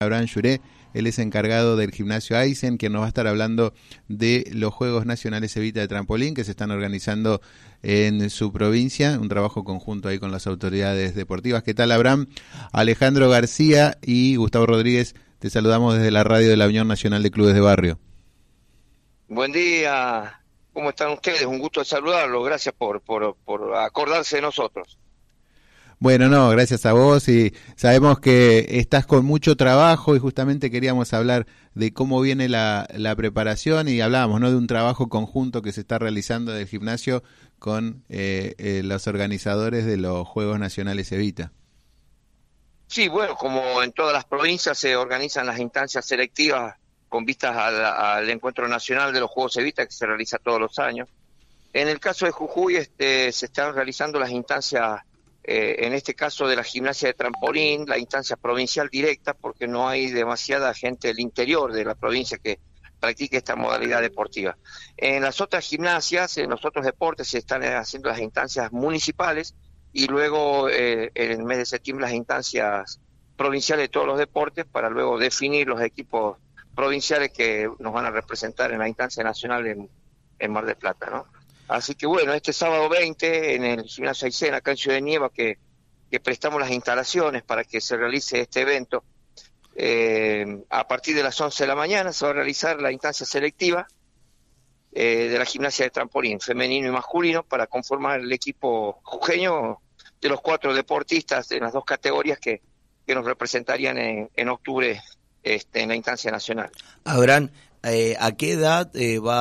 Abraham Lluré, él es encargado del gimnasio Aysen, que nos va a estar hablando de los Juegos Nacionales Evita de Trampolín que se están organizando en su provincia, un trabajo conjunto ahí con las autoridades deportivas. ¿Qué tal, Abraham? Alejandro García y Gustavo Rodríguez, te saludamos desde la radio de la Unión Nacional de Clubes de Barrio. Buen día, ¿cómo están ustedes? Un gusto de saludarlos, gracias por acordarse de nosotros. Bueno, no, gracias a vos, y sabemos que estás con mucho trabajo y justamente queríamos hablar de cómo viene la preparación y hablábamos, ¿no?, de un trabajo conjunto que se está realizando del gimnasio con los organizadores de los Juegos Nacionales Evita. Sí, bueno, como en todas las provincias se organizan las instancias selectivas con vistas al encuentro nacional de los Juegos Evita que se realiza todos los años. En el caso de Jujuy se están realizando las instancias, en este caso de la gimnasia de trampolín, la instancia provincial directa, porque no hay demasiada gente del interior de la provincia que practique esta modalidad deportiva. En las otras gimnasias, en los otros deportes, se están haciendo las instancias municipales y luego en el mes de septiembre las instancias provinciales de todos los deportes para luego definir los equipos provinciales que nos van a representar en la instancia nacional en Mar del Plata, ¿no? Así que bueno, este sábado 20 en el gimnasio Aysen, acá en Ciudad de Nieva, que prestamos las instalaciones para que se realice este evento, a partir de las 11 de la mañana se va a realizar la instancia selectiva de la gimnasia de trampolín, femenino y masculino, para conformar el equipo jujeño de los 4 deportistas de las 2 categorías que nos representarían en octubre en la instancia nacional. Abraham, ¿a qué edad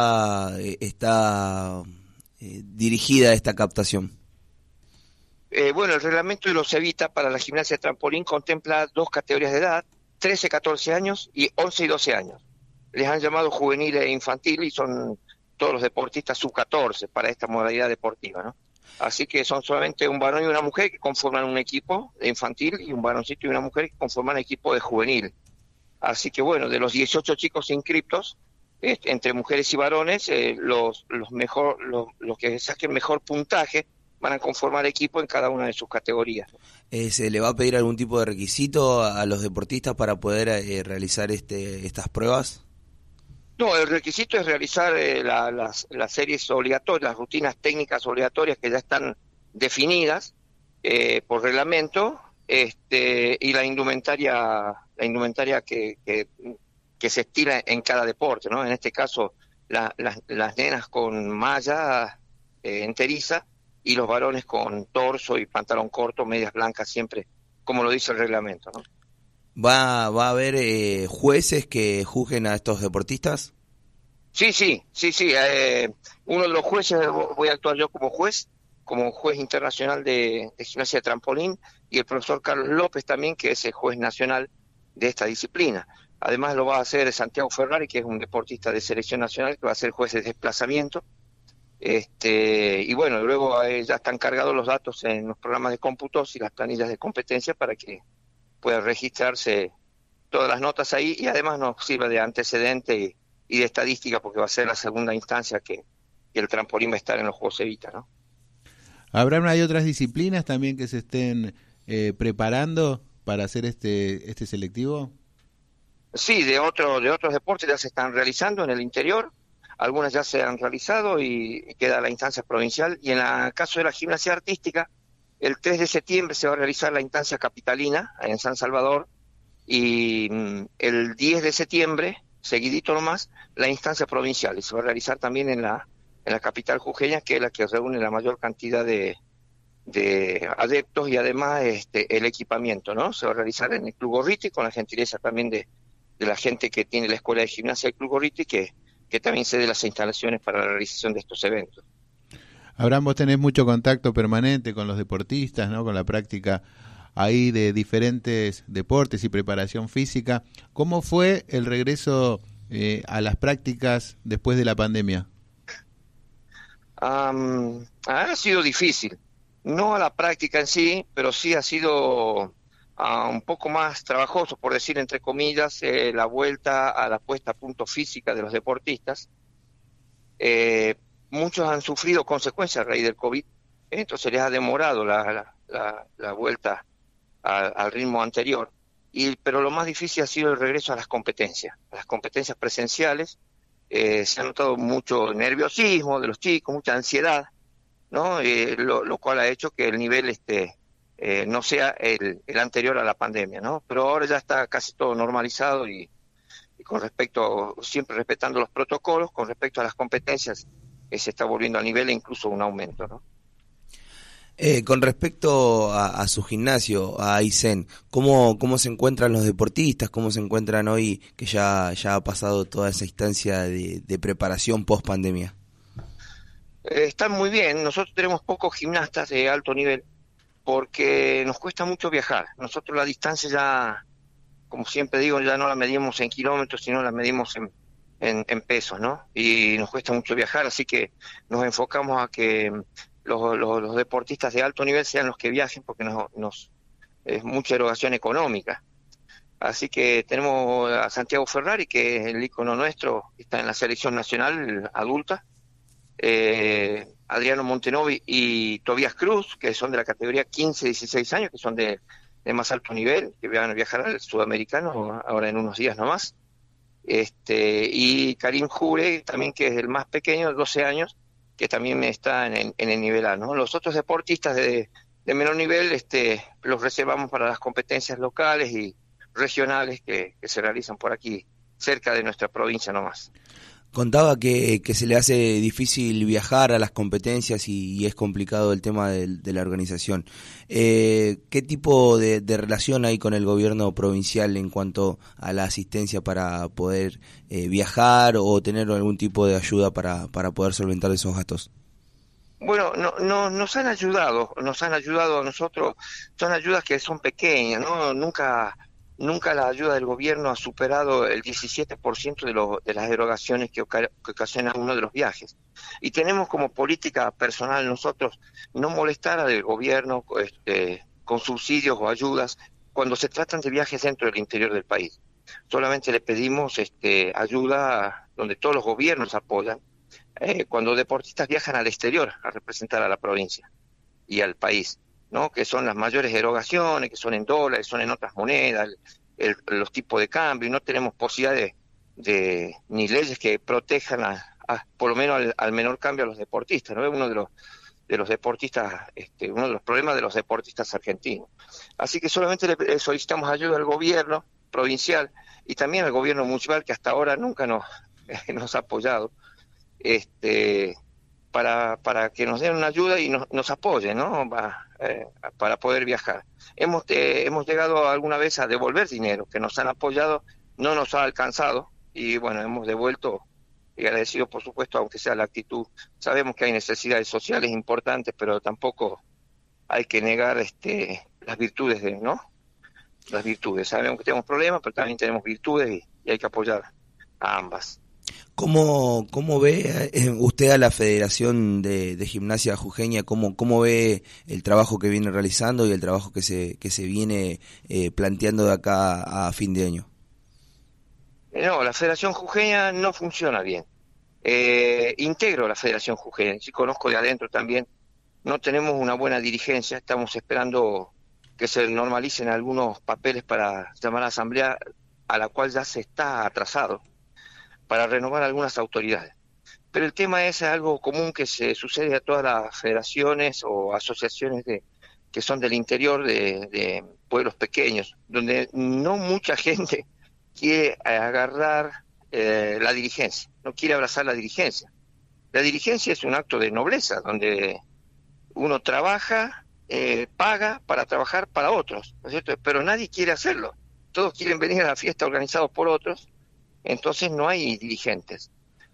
está dirigida esta captación? Bueno, el reglamento de los Evita para la gimnasia de trampolín contempla 2 categorías de edad, 13, 14 años y 11 y 12 años. Les han llamado juvenil e infantil y son todos los deportistas sub-14 para esta modalidad deportiva, ¿no? Así que son solamente un varón y una mujer que conforman un equipo de infantil y un varoncito y una mujer que conforman un equipo de juvenil. Así que bueno, de los 18 chicos inscriptos, entre mujeres y varones, los que saquen mejor puntaje van a conformar equipo en cada una de sus categorías. ¿Se le va a pedir algún tipo de requisito a los deportistas para poder realizar estas pruebas? No, el requisito es realizar las series obligatorias, las rutinas técnicas obligatorias que ya están definidas por reglamento, y la indumentaria que se estila en cada deporte, ¿no? En este caso, las nenas con malla enteriza y los varones con torso y pantalón corto, medias blancas, siempre como lo dice el reglamento, ¿no? ¿Va a haber jueces que juzguen a estos deportistas? Sí. Uno de los jueces, voy a actuar yo como juez internacional de gimnasia de trampolín, y el profesor Carlos López también, que es el juez nacional de esta disciplina. Además lo va a hacer Santiago Ferrari, que es un deportista de selección nacional, que va a ser juez de desplazamiento. Y bueno, luego ya están cargados los datos en los programas de cómputos y las planillas de competencia para que pueda registrarse todas las notas ahí, y además nos sirva de antecedente y de estadística, porque va a ser la segunda instancia que el trampolín va a estar en los Juegos Evita, ¿no? ¿Hay otras disciplinas también que se estén preparando para hacer este selectivo? Sí, de otros deportes ya se están realizando en el interior, algunas ya se han realizado y queda la instancia provincial, y en el caso de la gimnasia artística, el 3 de septiembre se va a realizar la instancia capitalina en San Salvador, y el 10 de septiembre, seguidito nomás, la instancia provincial, y se va a realizar también en la capital jujeña, que es la que reúne la mayor cantidad de adeptos, y además el equipamiento, ¿no? Se va a realizar en el Club Gorriti, con la gentileza también de la gente que tiene la Escuela de Gimnasia del Club Gorriti, que también cede las instalaciones para la realización de estos eventos. Abraham, vos tenés mucho contacto permanente con los deportistas, ¿no?, con la práctica ahí de diferentes deportes y preparación física. ¿Cómo fue el regreso a las prácticas después de la pandemia? Ha sido difícil, no a la práctica en sí, pero sí ha sido un poco más trabajoso, por decir entre comillas, la vuelta a la puesta a punto física de los deportistas. Muchos han sufrido consecuencias a raíz del COVID, entonces les ha demorado la vuelta al ritmo anterior. pero lo más difícil ha sido el regreso a las competencias presenciales. Se ha notado mucho nerviosismo de los chicos, mucha ansiedad, ¿no? Lo cual ha hecho que el nivel no sea el anterior a la pandemia, ¿no? Pero ahora ya está casi todo normalizado y con respecto, siempre respetando los protocolos, con respecto a las competencias, se está volviendo al nivel e incluso un aumento, ¿no? Con respecto a su gimnasio, a Aysén, ¿cómo se encuentran los deportistas? ¿Cómo se encuentran hoy que ya ha pasado toda esa instancia de preparación post pandemia? Están muy bien. Nosotros tenemos pocos gimnastas de alto nivel porque nos cuesta mucho viajar. Nosotros la distancia ya, como siempre digo, ya no la medimos en kilómetros, sino la medimos en pesos, ¿no? Y nos cuesta mucho viajar, así que nos enfocamos a que los deportistas de alto nivel sean los que viajen, porque es mucha erogación económica. Así que tenemos a Santiago Ferrari, que es el ícono nuestro, está en la selección nacional adulta, Adriano Montenovi y Tobías Cruz, que son de la categoría 15-16 años, que son de más alto nivel, que van a viajar al sudamericano ahora en unos días nomás. Y Karim Jure, también, que es el más pequeño, de 12 años, que también está en el nivel A, ¿no? Los otros deportistas de menor nivel los reservamos para las competencias locales y regionales que se realizan por aquí, cerca de nuestra provincia nomás. Contaba que se le hace difícil viajar a las competencias y es complicado el tema de la organización. ¿Qué tipo de relación hay con el gobierno provincial en cuanto a la asistencia para poder viajar o tener algún tipo de ayuda para poder solventar esos gastos? Bueno, nos han ayudado a nosotros. Son ayudas que son pequeñas, ¿no? Nunca la ayuda del gobierno ha superado el 17% de las erogaciones que ocasiona uno de los viajes. Y tenemos como política personal nosotros no molestar al gobierno con subsidios o ayudas cuando se tratan de viajes dentro del interior del país. Solamente le pedimos ayuda donde todos los gobiernos apoyan, cuando deportistas viajan al exterior a representar a la provincia y al país, ¿no? Que son las mayores erogaciones, que son en dólares, son en otras monedas, los tipos de cambio, y no tenemos posibilidad ni leyes que protejan por lo menos al menor cambio a los deportistas, ¿no? Es uno de los deportistas, uno de los problemas de los deportistas argentinos. Así que solamente le solicitamos ayuda al gobierno provincial y también al gobierno municipal, que hasta ahora nunca nos ha apoyado, para que nos den una ayuda y nos apoyen, ¿no? Para poder viajar. Hemos llegado alguna vez a devolver dinero que nos han apoyado, no nos ha alcanzado y bueno, hemos devuelto y agradecido, por supuesto, aunque sea la actitud. Sabemos que hay necesidades sociales importantes, pero tampoco hay que negar las virtudes, ¿no? Las virtudes. Sabemos que tenemos problemas, pero también tenemos virtudes y hay que apoyar a ambas. ¿Cómo ve usted a la Federación de Gimnasia Jujeña? ¿Cómo ve el trabajo que viene realizando y el trabajo que se viene planteando de acá a fin de año? No, la Federación Jujeña no funciona bien. Integro la Federación Jujeña, sí conozco de adentro también. No tenemos una buena dirigencia, estamos esperando que se normalicen algunos papeles para llamar a asamblea, a la cual ya se está atrasado, para renovar algunas autoridades. Pero el tema es algo común que se sucede a todas las federaciones o asociaciones que son del interior de pueblos pequeños, donde no mucha gente quiere agarrar la dirigencia, no quiere abrazar la dirigencia. La dirigencia es un acto de nobleza, donde uno trabaja, paga para trabajar para otros, ¿no es cierto? Pero nadie quiere hacerlo. Todos quieren venir a la fiesta organizados por otros, entonces no hay dirigentes.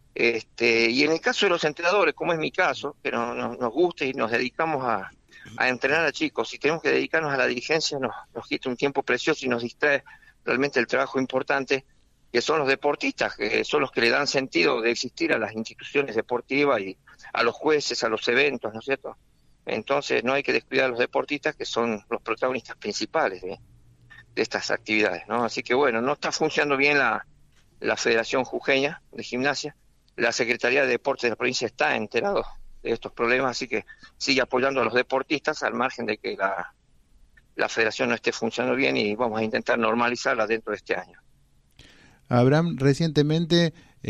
Y en el caso de los entrenadores, como es mi caso, que nos gusta y nos dedicamos a entrenar a chicos, si tenemos que dedicarnos a la dirigencia nos quita un tiempo precioso y nos distrae realmente el trabajo importante, que son los deportistas, que son los que le dan sentido de existir a las instituciones deportivas y a los jueces, a los eventos, ¿no es cierto? Entonces no hay que descuidar a los deportistas, que son los protagonistas principales de estas actividades, ¿no? Así que bueno, no está funcionando bien la Federación Jujeña de Gimnasia. La Secretaría de Deportes de la provincia está enterado de estos problemas, así que sigue apoyando a los deportistas al margen de que la federación no esté funcionando bien y vamos a intentar normalizarla dentro de este año. Abraham, recientemente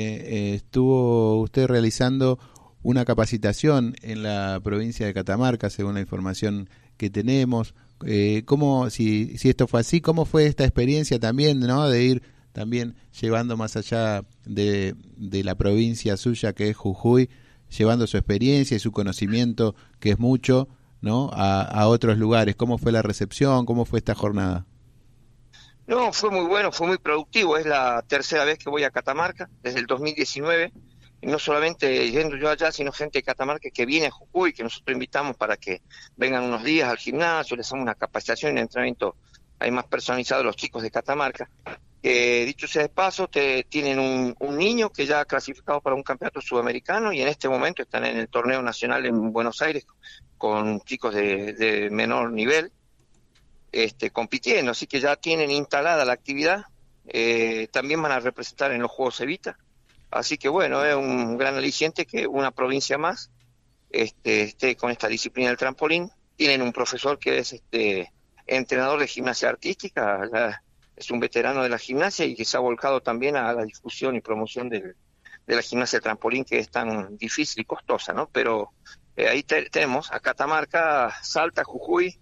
estuvo usted realizando una capacitación en la provincia de Catamarca, según la información que tenemos. ¿Cómo, si esto fue así, cómo fue esta experiencia también, ¿no? De ir también llevando más allá de la provincia suya, que es Jujuy, llevando su experiencia y su conocimiento, que es mucho, ¿no? A otros lugares. ¿Cómo fue la recepción? ¿Cómo fue esta jornada? No, fue muy bueno, fue muy productivo. Es la tercera vez que voy a Catamarca, desde el 2019. Y no solamente yendo yo allá, sino gente de Catamarca que viene a Jujuy, que nosotros invitamos para que vengan unos días al gimnasio, les hacemos una capacitación y un entrenamiento ahí más personalizado a los chicos de Catamarca. Dicho sea de paso, tienen un niño que ya ha clasificado para un campeonato sudamericano y en este momento están en el torneo nacional en Buenos Aires con chicos de menor nivel. Compitiendo, así que ya tienen instalada la actividad, también van a representar en los Juegos Evita, así que bueno, es un gran aliciente que una provincia más esté con esta disciplina del trampolín. Tienen un profesor que es entrenador de gimnasia artística, es un veterano de la gimnasia y que se ha volcado también a la difusión y promoción de la gimnasia de trampolín, que es tan difícil y costosa, ¿no? Pero ahí tenemos a Catamarca, Salta, Jujuy,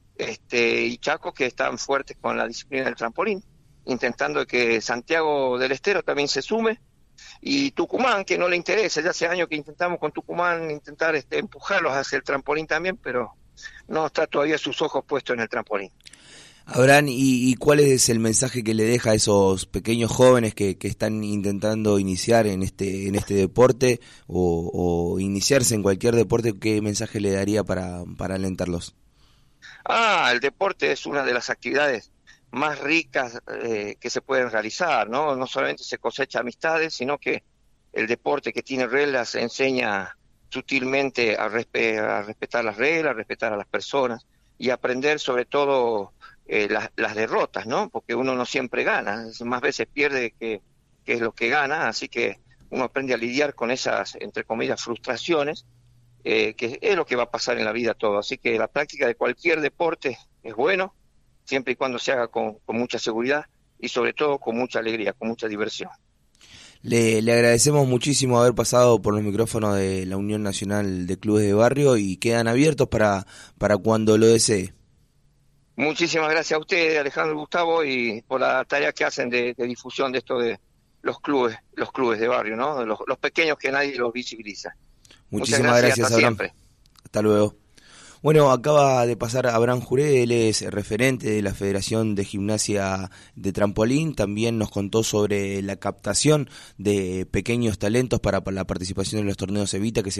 y Chaco, que están fuertes con la disciplina del trampolín, intentando que Santiago del Estero también se sume, y Tucumán, que no le interesa. Ya hace años que intentamos con Tucumán intentar empujarlos hacia el trampolín también, pero no está todavía sus ojos puestos en el trampolín. Abraham, ¿y cuál es el mensaje que le deja a esos pequeños jóvenes que están intentando iniciar en este deporte o iniciarse en cualquier deporte? ¿Qué mensaje le daría para alentarlos? El deporte es una de las actividades más ricas que se pueden realizar, ¿no? No solamente se cosecha amistades, sino que el deporte, que tiene reglas, enseña sutilmente a respetar las reglas, a respetar a las personas y aprender sobre todo las derrotas, ¿no? Porque uno no siempre gana, más veces pierde que es lo que gana, así que uno aprende a lidiar con esas, entre comillas, frustraciones, que es lo que va a pasar en la vida todo. Así que la práctica de cualquier deporte es bueno, siempre y cuando se haga con mucha seguridad y sobre todo con mucha alegría, con mucha diversión. Le agradecemos muchísimo haber pasado por los micrófonos de la Unión Nacional de Clubes de Barrio y quedan abiertos para cuando lo desee. Muchísimas gracias a ustedes, Alejandro y Gustavo, y por la tarea que hacen de difusión de esto de los clubes de barrio, ¿no? Los pequeños que nadie los visibiliza. Muchísimas gracias, Abraham. Siempre. Hasta luego. Bueno, acaba de pasar Abraham Juré, él es referente de la Federación de Gimnasia de Trampolín, también nos contó sobre la captación de pequeños talentos para la participación en los torneos Evita que se